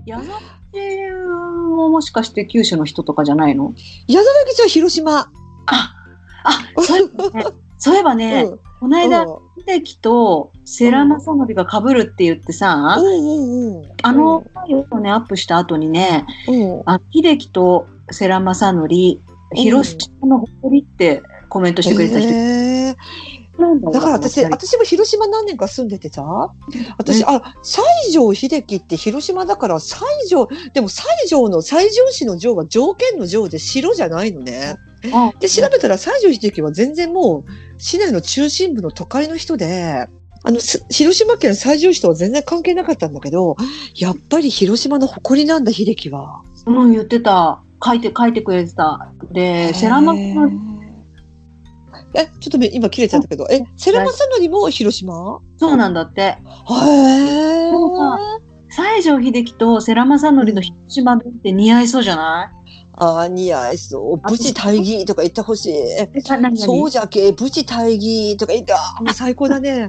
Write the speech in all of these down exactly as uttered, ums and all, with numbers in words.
矢沢吉ももしかして九州の人とかじゃないの？ 矢沢吉は広島。 あ、あ、そういえばね、そういえばね、うん、この間、秀樹と世良公則が被るって言ってさ、うんうんうん、あの回をね、アップした後にね、うん、あ、秀樹と世良公則、広島の誇りってコメントしてくれた人。えーだから私、私も広島何年か住んでてさ、私、あ、西城秀樹って広島だから西城、でも西城の西城市の城は条件の城で城じゃないのね。で、調べたら西城秀樹は全然もう市内の中心部の都会の人で、あの、広島県西城市とは全然関係なかったんだけど、やっぱり広島の誇りなんだ、秀樹は。 うん、言ってた。書いて、書いてくれてた。で、世良公則え、ちょっと今切れちゃったけど、え、世良公則も広島？ そうなんだって。へえ。 でもさ、西城秀樹と世良公則の広島弁って似合いそうじゃない？ ああ、似合いそう。武士大義とか言ってほしい。そうじゃけ、武士大義とか言って、あ、もう最高だね。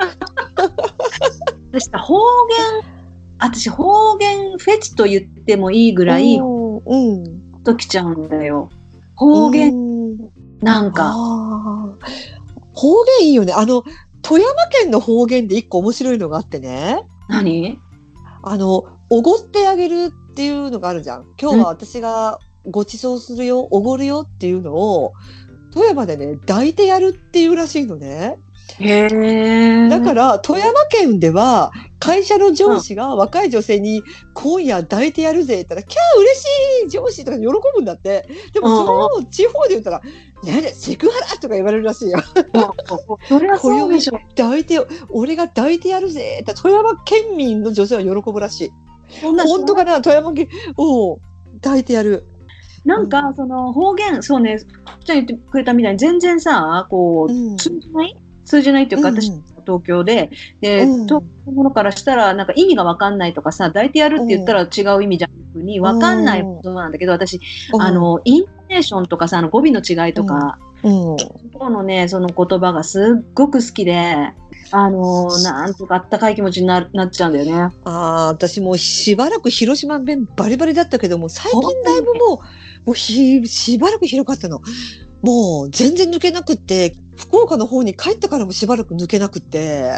私方言、私方言フェチと言ってもいいぐらい、うん、ときちゃうんだよ。方言、なんか。 方言いいよね。あの、富山県の方言で一個面白いのがあってね。 何？ あの、おごってあげるっていうのがあるじゃん。今日は私がご馳走するよ、おごるよっていうのを、富山でね、抱いてやるっていうらしいのね。 へー。 だから、富山県では、会社の上司が若い女性に、今夜抱いてやるぜって言ったら、キャー嬉しい上司とか喜ぶんだって。でもそれを地方で言ったら、ねえねえ、セクハラとか言われるらしいよ。 それはそうでしょ。 抱いて、俺が抱いてやるぜって、富山県民の女性は喜ぶらしい。本当かな、富山県、おう、抱いてやる。 なんか、うん、その方言、そうね、ちゃん言ってくれたみたいに、全然さ、こう、うん、通じない通じないっていうか、うんうん、私、東京で、で、うん、東京のものからしたら、なんか意味がわかんないとかさ、抱いてやるって言ったら違う意味じゃなくに、わかんないことなんだけど、私、あの、イントネーションとかさ、あの語尾の違いとか、うん、今日のね、その言葉がすっごく好きで、あのー、なんとかあったかい気持ちに な, なっちゃうんだよね。 ああ、私もうしばらく広島弁バリバリだったけども、最近だいぶもう、もうひしばらく広かったの。もう全然抜けなくって、福岡の方に帰ってからもしばらく抜けなくって。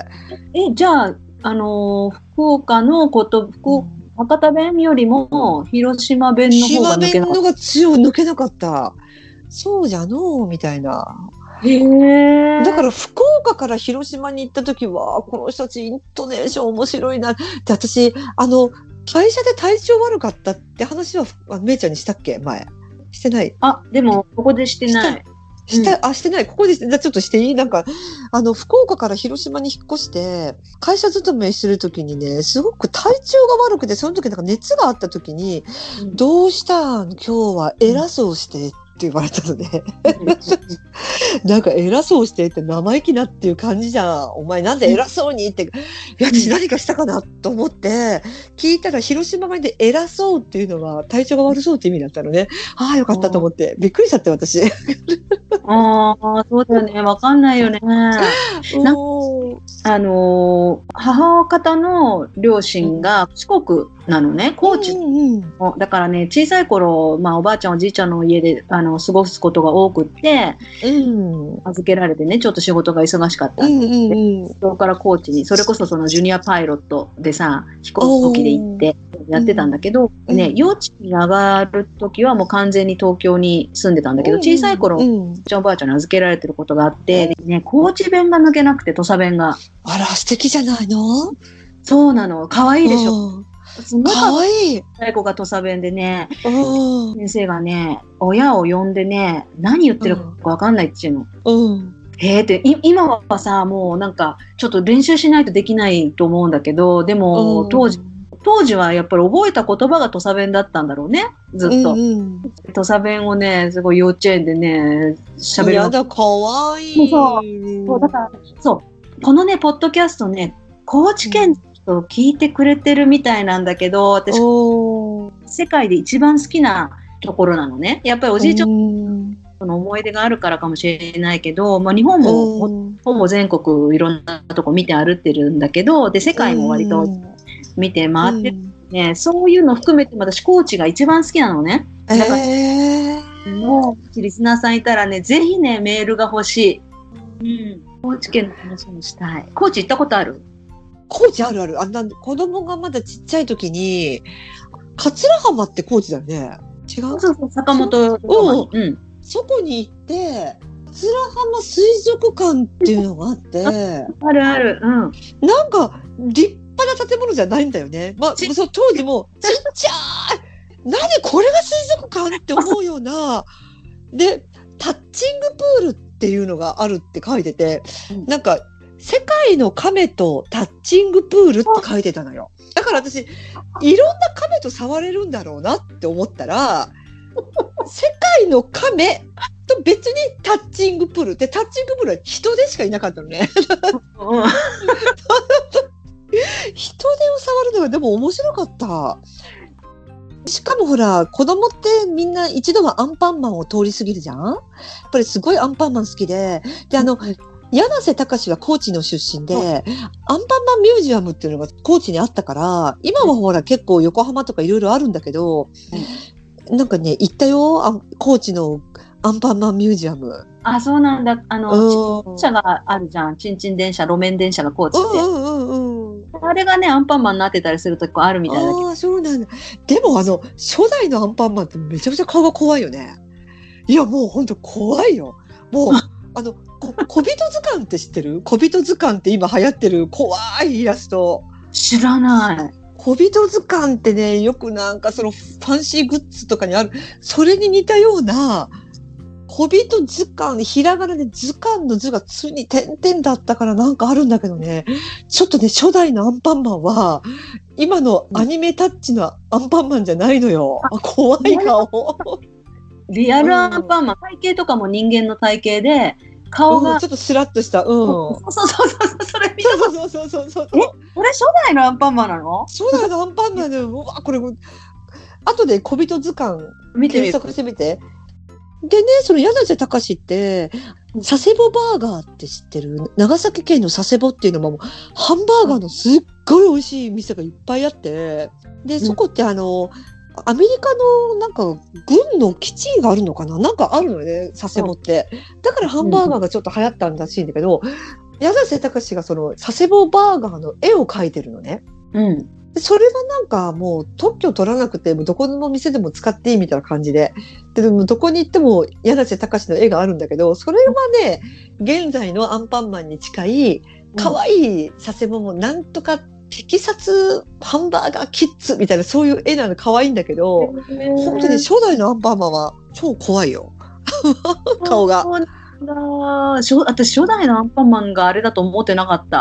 え、じゃあ、あのー、福岡のこと、福岡、博多弁よりも広島弁の方が抜けなかった。広島弁のが強い抜けなかった。そうじゃのみたいな。 へー。 だから福岡から広島に行った時は、この人たちイントネーション面白いなって、私、あの、会社で体調悪かったって話は、めいちゃんにしたっけ前。してない。 あ、でも、ここでしてない。 した、うん、あ、してない。ここで、じゃちょっとしていい？なんか、あの、福岡から広島に引っ越して、会社勤めするときにね、すごく体調が悪くて、その時なんか熱があった時に、うん、どうしたん今日は偉そうして、って言われたのでなんか偉そうしてって生意気なっていう感じじゃん。お前なんで偉そうにって、いや私何かしたかなと思って聞いたら、広島弁で偉そうっていうのは体調が悪そうって意味だったのね。ああよかったと思ってびっくりしちゃって私。 ああそうだよね、わかんないよね。なんあのー、母方の両親が四国なのね、高知、うんうん、だからね小さい頃、まあ、おばあちゃんおじいちゃんの家であの過ごすことが多くって、うん、預けられてね、ちょっと仕事が忙しかったんで、うんうんうん、そこから高知に、それこそそのジュニアパイロットでさ飛行機で行ってやってたんだけど、うんね、幼稚園に上がる時はもう完全に東京に住んでたんだけど、小さい頃、うんうん、おばあちゃんに預けられてることがあって、うんね、高知弁が抜けなくて、土佐弁が。 あら素敵じゃないの？ そうなの、可愛いでしょ。 かわいい。 最後が土佐弁でね、先生がね、親を呼んでね、何言ってるかわかんないっていうの。うん、へーって、今はさ、もうなんか、ちょっと練習しないとできないと思うんだけど、でも、当時、当時はやっぱり覚えた言葉が土佐弁だったんだろうね、ずっと。うんうん、土佐弁をね、すごい幼稚園でね、喋る。 やだ、かわいい。 そう。そう、だから、そう。このね、ポッドキャストね、高知県、うん、聞いてくれてるみたいなんだけど、私世界で一番好きなところなのね。やっぱりおじいちゃんの思い出があるからかもしれないけど、まあ、日本もほぼ全国いろんなとこ見て歩ってるんだけど、で世界も割と見て回ってるんね、そういうの含めて私高知が一番好きなのね。だから、 えー、 もうリスナーさんいたらね、ぜひねメールが欲しい。うん、高知県の話もしたい。高知行ったことある？ 高知あるある。あんな子供がまだちっちゃい時に桂浜って高知だよね。違う？ そうそう、坂本そ,、うん、そこに行って桂浜水族館っていうのがあってあるある、うん、 なんか立派な建物じゃないんだよね。まあ、そう当時もちっちゃい何これが水族館って思うようなでタッチングプールっていうのがあるって書いてて、うん、なんか世界の亀とタッチングプールって書いてたのよ。だから私いろんな亀と触れるんだろうなって思ったら世界の亀と別にタッチングプールでタッチングプールは人でしかいなかったのね。人手を触るのがでも面白かった。しかもほら子供ってみんな一度はアンパンマンを通り過ぎるじゃん。やっぱりすごいアンパンマン好きでであの、うん柳瀬隆は高知の出身で、うん、アンパンマンミュージアムっていうのが高知にあったから今はほら結構横浜とかいろいろあるんだけど、うん、なんかね行ったよあ高知のアンパンマンミュージアム。あ、 そうなんだ。あの、電車があるじゃん。ちんちん電車、路面電車が高知って。うんうんうん、あれがね、アンパンマンになってたりするとこあるみたいだけど。 ああ、そうなんだ。でもあの、初代のアンパンマンってめちゃくちゃ顔が怖いよね。いや、もうほんと怖いよ。もう、あの、小人図鑑って知ってる？小人図鑑って今流行ってる怖いイラスト。 知らない。 小人図鑑ってね、よくなんかそのファンシーグッズとかにある、それに似たような、小人図鑑、ひらがなで図鑑の図がつに点々だったからなんかあるんだけどね、ちょっとね、初代のアンパンマンは、今のアニメタッチのアンパンマンじゃないのよ。あ、怖い顔。 リアルアンパンマン、体型とかも人間の体型で、顔が、 うん、ちょっとスラッとした、うん。 そうそうそうそう、それ見たことそうそうそうそう。 え、これ初代のアンパンマンなの？ 初代のアンパンマンで、うわ、これ、後で小人図鑑検索してみて。でね、その柳瀬隆って、佐世保バーガーって知ってる？長崎県の佐世保っていうのも、ハンバーガーのすっごい美味しい店がいっぱいあって、で、そこってあの、アメリカのなんか軍の基地があるのかななんかあるのよね、佐世保って。だからハンバーガーがちょっと流行ったんらしいんだけど、柳瀬隆がその佐世保バーガーの絵を描いてるのね。うん。それはなんかもう特許取らなくてもどこの店でも使っていいみたいな感じで。でもどこに行っても柳瀬隆の絵があるんだけど、それはね、現在のアンパンマンに近い可愛い佐世保もなんとかテキサスハンバーガーキッズみたいなそういう絵なの可愛いんだけど、本当に初代のアンパンマンは超怖いよ。顔が。 私初代のアンパンマンがあれだと思ってなかった。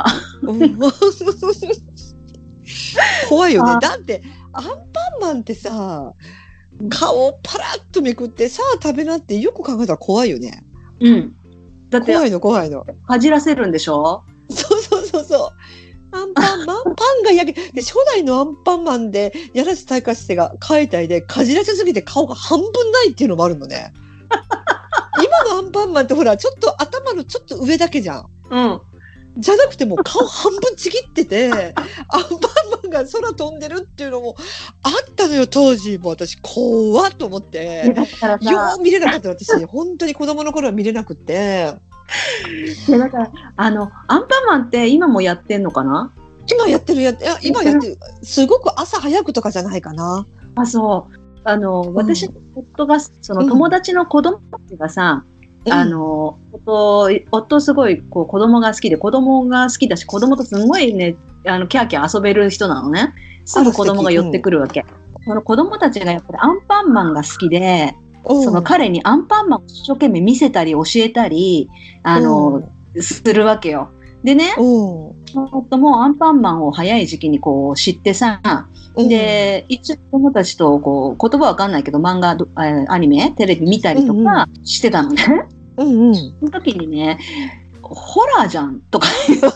怖いよね。だってアンパンマンってさ、顔をパラッとめくってさあ食べなってよく考えたら怖いよね。 うん。だって怖いの怖いの。 かじらせるんでしょ？ そうそうそうそう。アンパンマンパンが焼けで初代のアンパンマンで柳瀬隆が描いた絵でかじらせすぎて顔が半分ないっていうのもあるのね。今のアンパンマンってほらちょっと頭のちょっと上だけじゃん。うん。じゃなくてもう顔半分ちぎっててアンパンマンが空飛んでるっていうのもあったのよ当時。もう私怖っと思ってよう見れなかった。私本当に子供の頃は見れなくってでだからあのアンパンマンって今もやってんのかな？ 今やってるやって今やってる。すごく朝早くとかじゃないかな。 あ、そうあの、うん、私の夫がその友達の子供たちがさ、うん、あの夫夫すごいこう子供が好きで子供が好きだし子供とすごいねあのキャーキャー遊べる人なのね。すぐ子供が寄ってくるわけ、うん、その子供たちがやっぱりアンパンマンが好きでその彼にアンパンマンを一生懸命見せたり教えたりあのするわけよ。でね夫もアンパンマンを早い時期にこう知ってさで一応子供たちとこう言葉わかんないけど漫画アニメテレビ見たりとかしてたのね。うんうん、その時にねホラーじゃんとか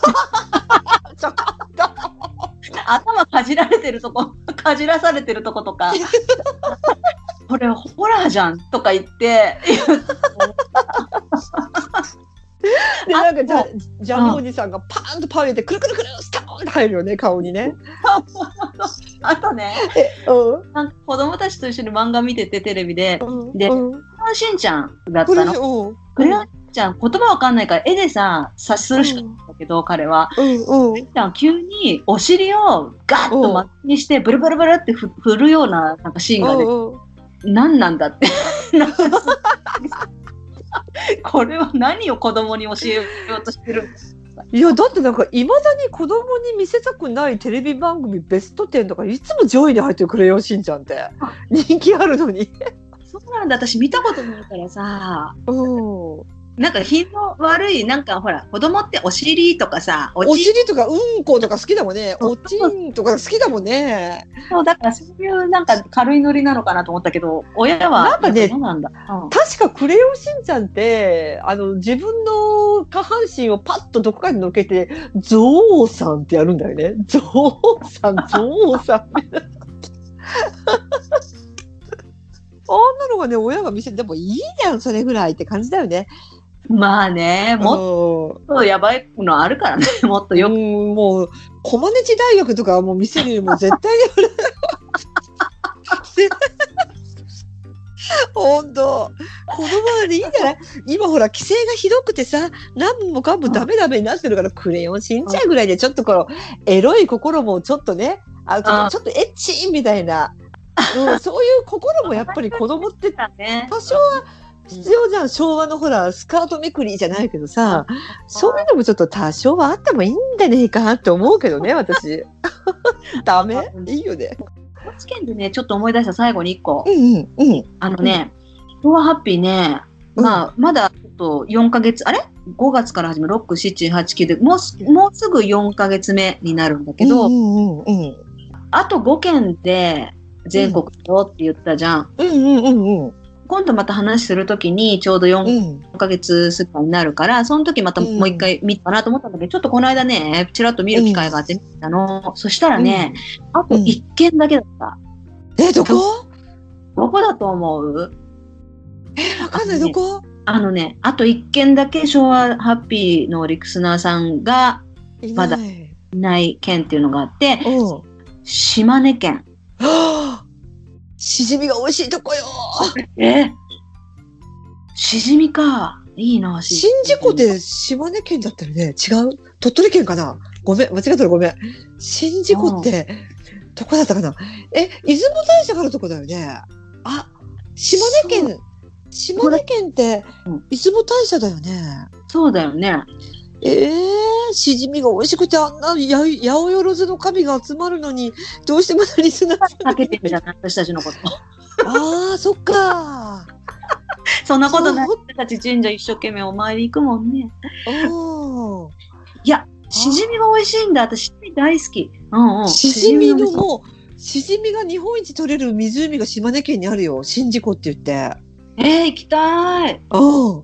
頭かじられてるとこかじらされてるとことかこれホラーじゃんとか言ってでなんかじゃジャムおじさんがパーンとパン入れてくるくるくるスターンと入るよね顔にね。 あとね、 うん、 なんか子供たちと一緒に漫画見ててテレビで、 うん、 で、 うん、 クレヨンしんちゃんだったの。クレヨンしんちゃん、言葉わかんないから絵でさ、察するしかないんだけど、うん、彼は。うんうん、しんちゃん急にお尻をガッと巻きにして、ブルブルブルって振るような、なんかシーンが出て、うんうん、何なんだって。これは何を子供に教えようとしてるんですか。 いやだってなんかいまだに子供に見せたくないテレビ番組ベストテンとかいつも上位に入ってるクレヨンしんちゃんって人気あるのに。 そうなんだ、私見たことないからさ。うん。なんか品の悪い、なんかほら子供ってお尻とかさ、 お尻とかうんことか好きだもんね。おちんとか好きだもんね。 そうだからそういうなんか軽いノリなのかなと思ったけど、親はなんかね、 なんだ、 うん、確かクレヨンしんちゃんってあの自分の下半身をパッとどこかに乗っけてゾウさんってやるんだよね。ゾウさん、ゾウさん。あんなのがね親が見せてでもいいじゃんそれぐらいって感じだよね。 まあね、もっとやばいのあるからね、もっとよく。 もう、コマネチ大学とかはもう見せるよりも絶対に。本当。子供はでいいんじゃない？今ほら規制がひどくてさ、何もかもダメダメになってるから、クレヨンしんちゃんぐらいでちょっとこのエロい心もちょっとね、あちょっと、ちょっとエッチみたいな、うん、そういう心もやっぱり子供って多少は必要じゃん。昭和のほらスカートめくりじゃないけどさ、そういうのもちょっと多少はあってもいいんじゃねえかって思うけどね私。ダメ？いいよね。 高知県でねちょっと思い出した最後にいっこ、 うんうんうん、 あのね、昭和ハッピーね、まあ、うん、まだちょっとよんかげつ、あれごがつから始めるろく、しち、はち、きゅうでもう、もうすぐよんかげつめになるんだけど、うんうんうん、あとごけんで全国よって言ったじゃん。うんうんうんうん、今度また話するときにちょうどよんかげつすっかになるから、うん、その時またもう一回見たかなと思ったんだけど、ちょっとこの間ねちらっと見る機会があって見たの、うん、そしたらね、うん、あといっけんだけだった、 うん、えどこどこだと思う？ えわかんない、どこ？ あのねあといっけんだけ昭和ハッピーのリクスナーさんがまだいない県っていうのがあって、うん、島根県。 はあ、しじみが美味しいとこよ。 えしじみか。いいな。 宍道湖って島根県だったよね。違う？鳥取県かな。ごめん、間違ったらごめん。宍道湖ってどこだったかな。え、出雲大社があるとこだよね。あ、島根県。島根県って出雲大社だよね。 そうだよね。 えー、しじみが美味しくてあんなや八百万の神が集まるのにどうしてまだリスナーさんかけてるじゃない私たちのこと。 ああそっか。 そんなことない。私たち神社一生懸命お参り行くもんね。おいやしじみが美味しいんだ。私しじみ大好き。うんうん。 しじみのもうしじみが日本一取れる湖が島根県にあるよ。宍道湖って言って。 えー、行きたい。 うん。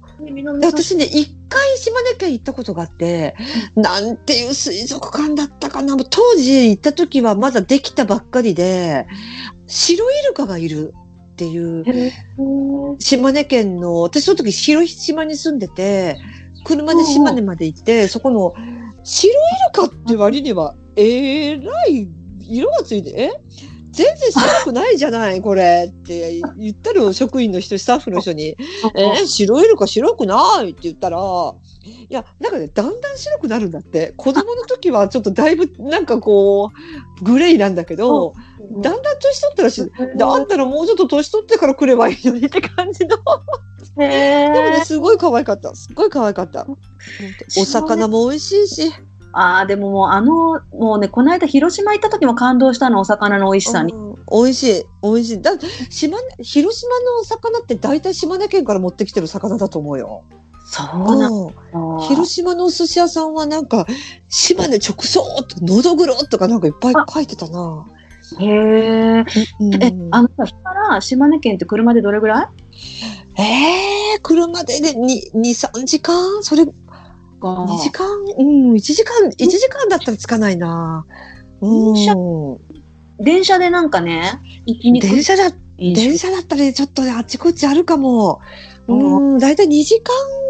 私ね一回島根県行ったことがあって、うん、なんていう水族館だったかな。当時行った時はまだできたばっかりで白イルカがいるっていう島根県の、私その時広島に住んでて車で島根まで行って、そこの白イルカって割にはえらい色がついてえ全然白くないじゃないこれって言ったら職員の人スタッフの人にえー、白イルカ白くないって言ったらいやなんかねだんだん白くなるんだって。子供の時はちょっとだいぶなんかこうグレーなんだけどだんだん年取ったらしい。だったらもうちょっと年取ってから来ればいいのにって感じのへでもねすごい可愛かった。すごい可愛かった。お魚も美味しいし。 ああでももうあのもうねこの間広島行った時も感動したのお魚の美味しさに、 うん、美味しい美味しい。だ島根広島のお魚って大体島根県から持ってきてる魚だと思うよ。 そうなの。 広島のお寿司屋さんはなんか島根直送とのどぐろとかなんかいっぱい書いてたな。 へえ、うん、えあのさから島根県って車でどれぐらい？えー、車でねに、さんじかんそれにじかん、うん、いちじかん、いちじかんだったらつかないな。 電車、うん、電車でなんかね、 行きにくい。電車だ、電車だったらちょっとね、あっちこっちあるかも。うん、だいたいにじかん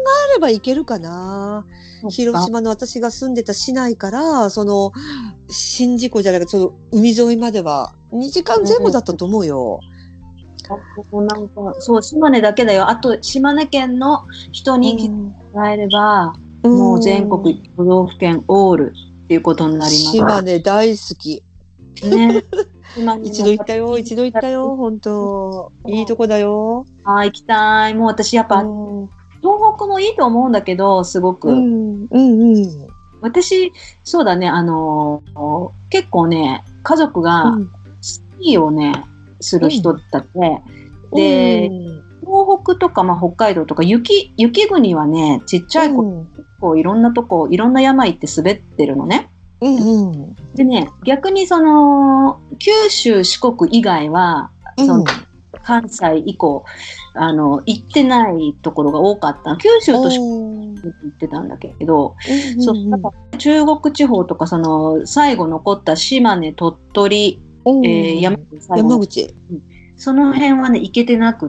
れば行けるかな。広島の私が住んでた市内から、その、宍道湖じゃないか、その海沿いまではにじかんぜん後だったと思うよ。 うん、なんか、そう、島根だけだよ。あと、島根県の人に来てもらえれば、うん、もう全国都道府県オールっていうことになります。 島根大好き。ね。一度行ったよ、一度行ったよ、本当。いいとこだよ。 ああ、行きたい。もう私やっぱ、うん、東北もいいと思うんだけど、すごく。うんうんうん、私、そうだね、あのー、結構ね、家族がスキーをね、する人だって、うん、で、うん、東北とか、まあ、北海道とか雪、雪国はね、ちっちゃい子、うん、結構いろんなとこ、いろんな山行って滑ってるのね。うんうん、でね、逆にその九州四国以外は、うん、その関西以降あの行ってないところが多かった。九州と四国に行ってたんだけど、うん、そうだから中国地方とかその最後残った島根、鳥取、えー、山口、 山口、 その辺はね行けてなくって、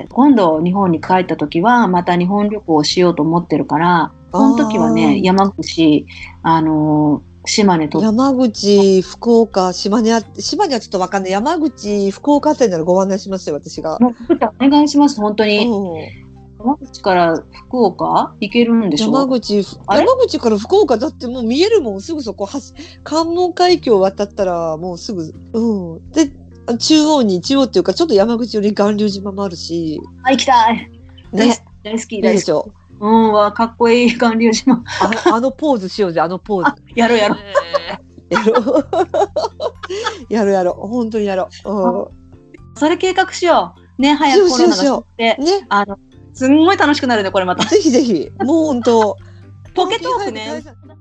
今度日本に帰った時はまた日本旅行をしようと思ってるから、その時はね山口、あのー島根と山口、福岡、島根あって、島根はちょっとわかんない。山口、福岡あたりならご案内しますよ、私が。 もうお願いします、本当に。山口から福岡行けるんでしょ？ 山口、山口から福岡だってもう見えるもん、すぐそこ、関門海峡渡ったらもうすぐ、うん。で、中央に、中央っていうか、ちょっと山口より巌流島もあるし。 あ、行きたい。ね。大好き、大好き。いいでしょ。うん、わ、かっこいい巌流島。 あ, あのポーズしようぜ、あのポーズ。 やろうやろう。 やろう。やろうやろう。本当にやろう。うん、 それ計画しよう。ね、早くコロナが終わって。ね。あの、すんごい楽しくなるね、これまた。 ぜひぜひ。もう本当。 ポケトークね。